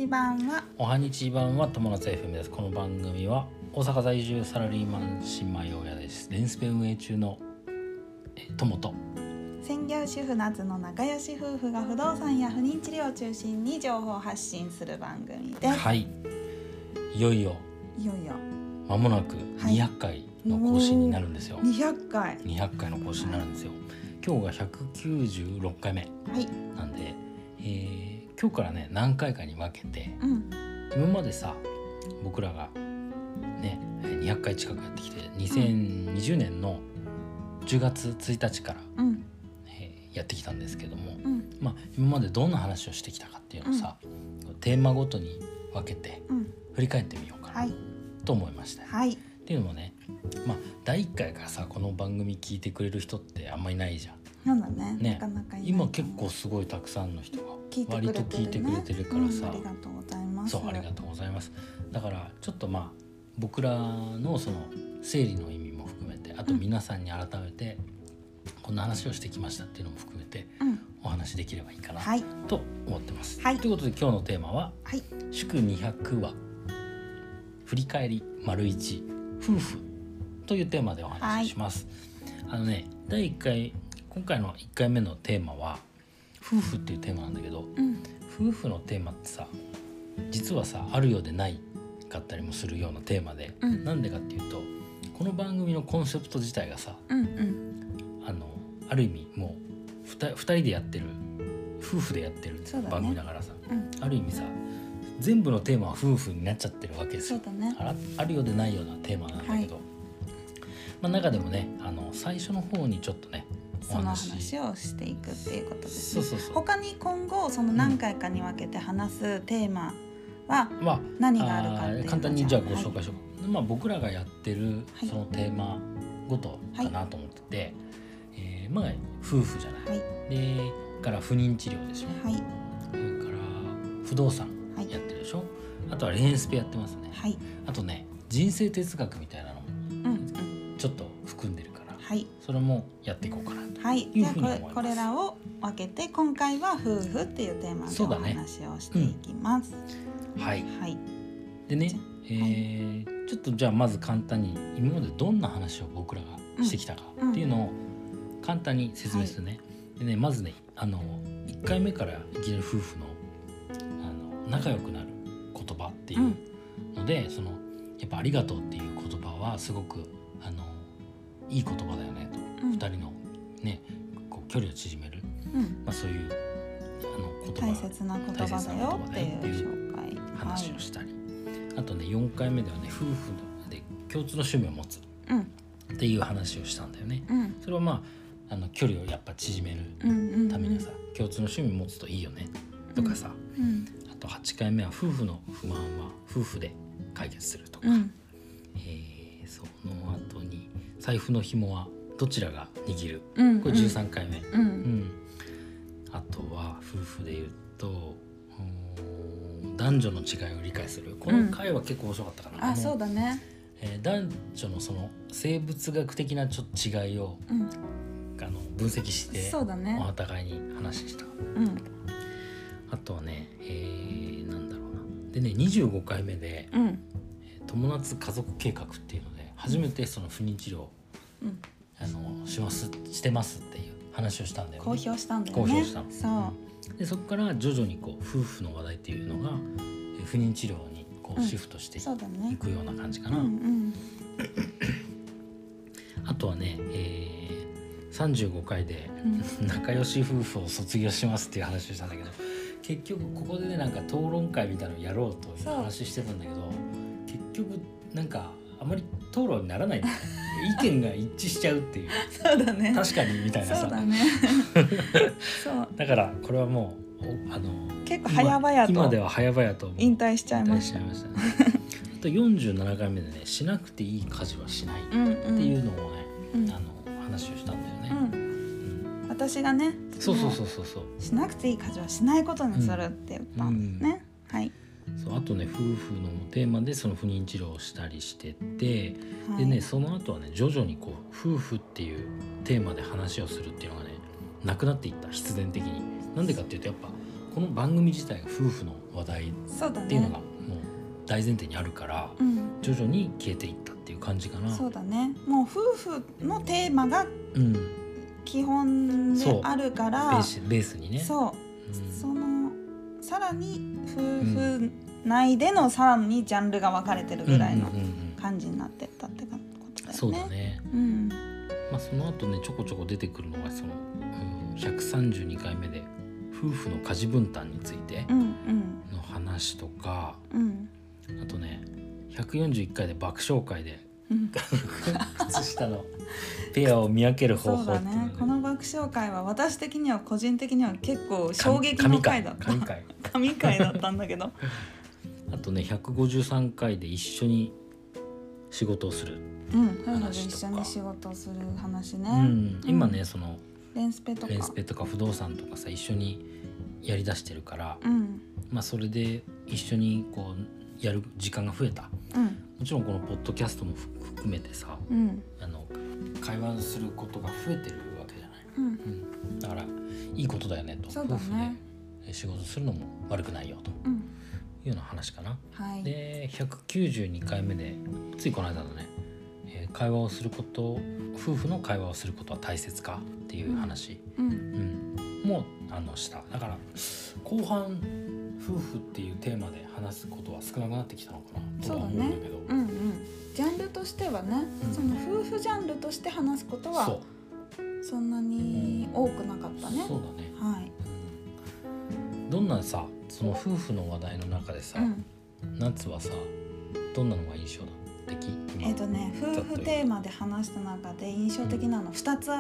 ち版はおはにち版は友達 FM です。この番組は大阪在住サラリーマン姉妹親です。レンスペ運営中の友と専業主婦夏の仲良し夫婦が不動産や不妊治療を中心に情報を発信する番組です。 はい、いよいよ間もなく200回の更新になるんですよ。 200回の更新になるんですよ。今日が196回目なんで、今日からね何回かに分けて、今までさ僕らがね200回近くやってきて2020年の10月1日から、やってきたんですけども、今までどんな話をしてきたかっていうのをさ、テーマごとに分けて振り返ってみようかなと思いました、っていうのもね、第1回からさこの番組聞いてくれる人ってあんまりいないじゃん。 なんだね、なかなかいない。 今結構すごいたくさんの人が割と聞いてくれてるからさ、 ありがとうございます。 そう、ありがとうございます。だからちょっと僕らのその整理の意味も含めて、あと皆さんに改めてこんな話をしてきましたっていうのも含めてお話できればいいかなと思ってます、ということで今日のテーマは、祝200話振り返り丸1夫婦というテーマでお話しします、第1回今回の1回目のテーマは夫婦っていうテーマなんだけど、夫婦のテーマってさ実はさあるようでないかったりもするようなテーマで、なんでかっていうとこの番組のコンセプト自体がさ、ある意味もう2人でやってる夫婦でやってる番組だからさ、ある意味さ全部のテーマは夫婦になっちゃってるわけですよ。あるようでないようなテーマなんだけど、中でもね最初の方にちょっとねその話をしていくっていうことですね。他に今後その何回かに分けて話すテーマは何があるかっていうのを簡単にじゃあご紹介しよう。僕らがやってるそのテーマごとかなと思ってて、夫婦じゃない、でから不妊治療でしょ、それから不動産やってるでしょ、あとはレーンスペやってますね、あとね人生哲学みたいなのもちょっと含んでるから、それもやっていこうかなというふうに思います。 これらを分けて今回は夫婦っていうテーマでお話をしていきます。でね、ちょっとじゃあまず簡単に今までどんな話を僕らがしてきたかっていうのを簡単に説明するね。でね、まずね1回目からいきなり夫婦の仲良くなる言葉っていうので、そのやっぱありがとうっていう言葉はすごくいい言葉だよねと、2人のねこう距離を縮める、そういう言葉、 大切な言葉だよっていう紹介話をしたり、あとね4回目ではね夫婦で共通の趣味を持つっていう話をしたんだよね、それは距離をやっぱ縮めるためにはさ、共通の趣味持つといいよねとかさ、あと8回目は夫婦の不満は夫婦で解決するとか、その後に財布の紐はどちらが握る、これ13回目、あとは夫婦で言うと男女の違いを理解する、この回は結構面白かったかな、 そうだね、 男女のその生物学的なちょっと違いを、分析してお互いに話した、あとはね、なんだろうな、でね25回目で、友達家族計画っていうので初めてその不妊治療、してますっていう話をしたんだよね。 公表したんだよね。 公表したの。でそこから徐々にこう夫婦の話題っていうのが不妊治療にこうシフトしていくような感じかな。あとはね、35回で仲良し夫婦を卒業しますっていう話をしたんだけど、結局ここでねなんか討論会みたいなのをやろうという話してたんだけど、結局なんかあまり討論にならないんだよね。意見が一致しちゃうっていう。 そうだね。 確かにみたいなさ。 そうだね。 だからこれはもう結構早々と今では早々と引退しちゃいました。 あと47回目でねしなくていい家事はしないっていうのをね、話をしたんだよね。 私がね、 そうしなくていい家事はしないことにするって言ったんですね。 あとね夫婦のテーマでその不妊治療をしたりしてて、でねその後はね徐々にこう夫婦っていうテーマで話をするっていうのがねなくなっていった、必然的に。なんでかっていうとやっぱこの番組自体が夫婦の話題っていうのがもう大前提にあるから、徐々に消えていったっていう感じかな。 そうだね。もう夫婦のテーマが基本であるから、 ベースにね。 そう、そのさらに夫婦内でのさらにジャンルが分かれてるぐらいの感じになってったってことだよね。 そうだね。まあその後ねちょこちょこ出てくるのがその、132回目で夫婦の家事分担についての話とか、あとね141回で爆笑会で、靴下のペアを見分ける方法っていうの、ね、 そうだね。この爆笑会は私的には個人的には結構衝撃の回だった。神回だったんだけどあとね153回で一緒に仕事をする話とか、 一緒に仕事をする話ね、 今ねそのレンスペとか不動産とかさ一緒にやりだしてるから、まあそれで一緒にこうやる時間が増えた、もちろんこのポッドキャストも含めてさ、会話することが増えてるわけじゃない、だからいいことだよねと。 そうだね。 夫婦で仕事するのも悪くないよと、いうような話かな、で192回目でついこの間のね、会話をすること夫婦の会話をすることは大切かっていう話、もした。だから後半夫婦っていうテーマで話すことは少なくなってきたのかなとは思うんだけど、 ジャンルとしてはね、その夫婦ジャンルとして話すことはそんなに多くなかったね。 そうだね。どんなさその夫婦の話題の中でさ、夏はさどんなのが印象的？ 夫婦テーマで話した中で印象的なの2つあって、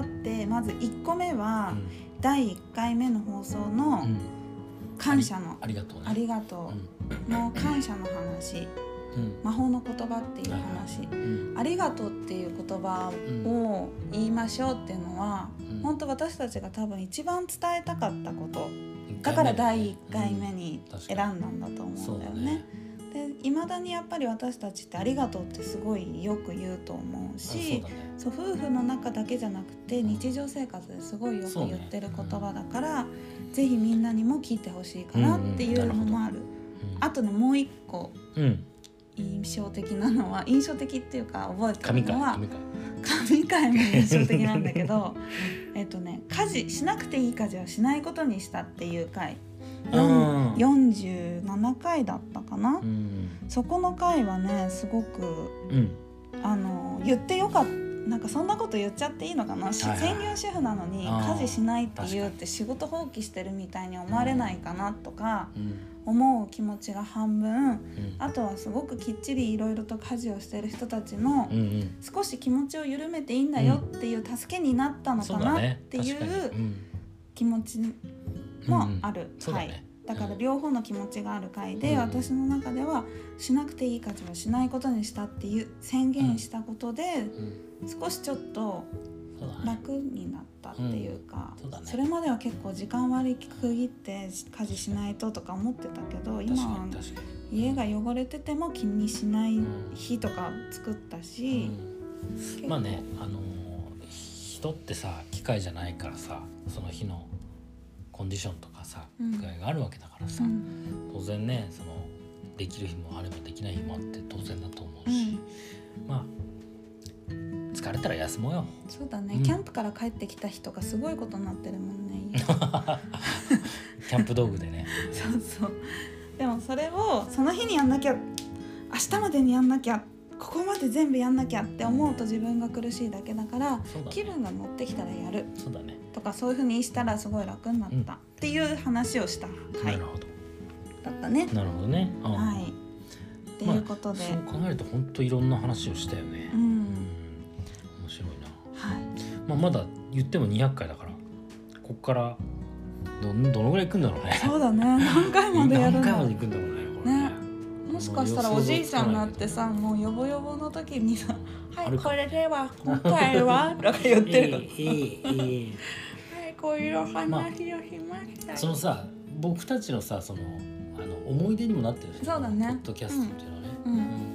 まず1個目は、第1回目の放送の感謝の、 ありがとうね、 ありがとうの感謝の話、魔法の言葉っていう話、ありがとうっていう言葉を言いましょうっていうのは、本当私たちが多分一番伝えたかったことだから第1回目に選んだんだと思うんだよね。で未だにやっぱり私たちってありがとうってすごいよく言うと思うし、そう夫婦の中だけじゃなくて日常生活ですごいよく言ってる言葉だから、ぜひみんなにも聞いてほしいかなっていうのもある。あとねもう一個、印象的なのは、印象的っていうか覚えてるのは神回も印象的なんだけど家事しなくていい家事はしないことにしたっていう回、47回だったかな、そこの回はねすごく、言ってよかった。なんかそんなこと言っちゃっていいのかな、専業主婦なのに家事しないって言うって仕事放棄してるみたいに思われないかなとか思う気持ちが半分、あとはすごくきっちりいろいろと家事をしてる人たちの少し気持ちを緩めていいんだよっていう助けになったのかなっていう気持ちもある。だから両方の気持ちがある回で、私の中ではしなくていい家事はしないことにしたっていう宣言したことで、少しちょっと楽になったっていうか、それまでは結構時間割り区切って家事しないととか思ってたけど、今は家が汚れてても気にしない日とか作ったし、 まあね人ってさ機械じゃないからさ、その日のコンディションとかさ具合があるわけだからさ、当然ねそのできる日もあればできない日もあって当然だと思うし、まあ疲れたら休もうよ。 そうだね、キャンプから帰ってきた日とかすごいことになってるもんねキャンプ道具でねそうでもそれをその日にやんなきゃ、明日までにやんなきゃ、ここまで全部やんなきゃって思うと自分が苦しいだけだから、気分が乗ってきたらやるとか、そういう風にしたらすごい楽になったっていう話をした回だったね。 なるほどね。 っていうことで、 そう考えると本当いろんな話をしたよね。面白いな。まだ言っても200回だから、ここからどのぐらい行くんだろうね。 そうだね、何回までやるんだろう。 何回まで行くんだろうね、これね。 もしかしたらおじいちゃんになってさ、もうヨボヨボの時にさ、はいこれでは今回はとか言ってるはいこういうお話をしました。 そのさ僕たちのさその思い出にもなってるし、 そうだね、 ポッドキャストっていうのはね、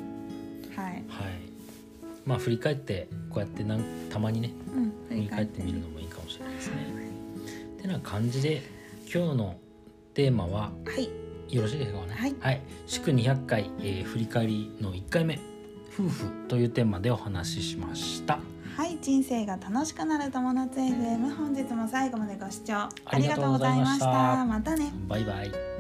まあ振り返ってこうやってたまにね、振り返ってみるのもいいかもしれないですね。ってな感じで今日のテテーマは、 はい、 よろしいですかね。はい、はい、祝200回、振り返りの1回目夫婦というテーマでお話ししました。 はい、人生が楽しくなる友達 FM、本日も最後までご視聴ありがとうございました。またね。 バイバイ。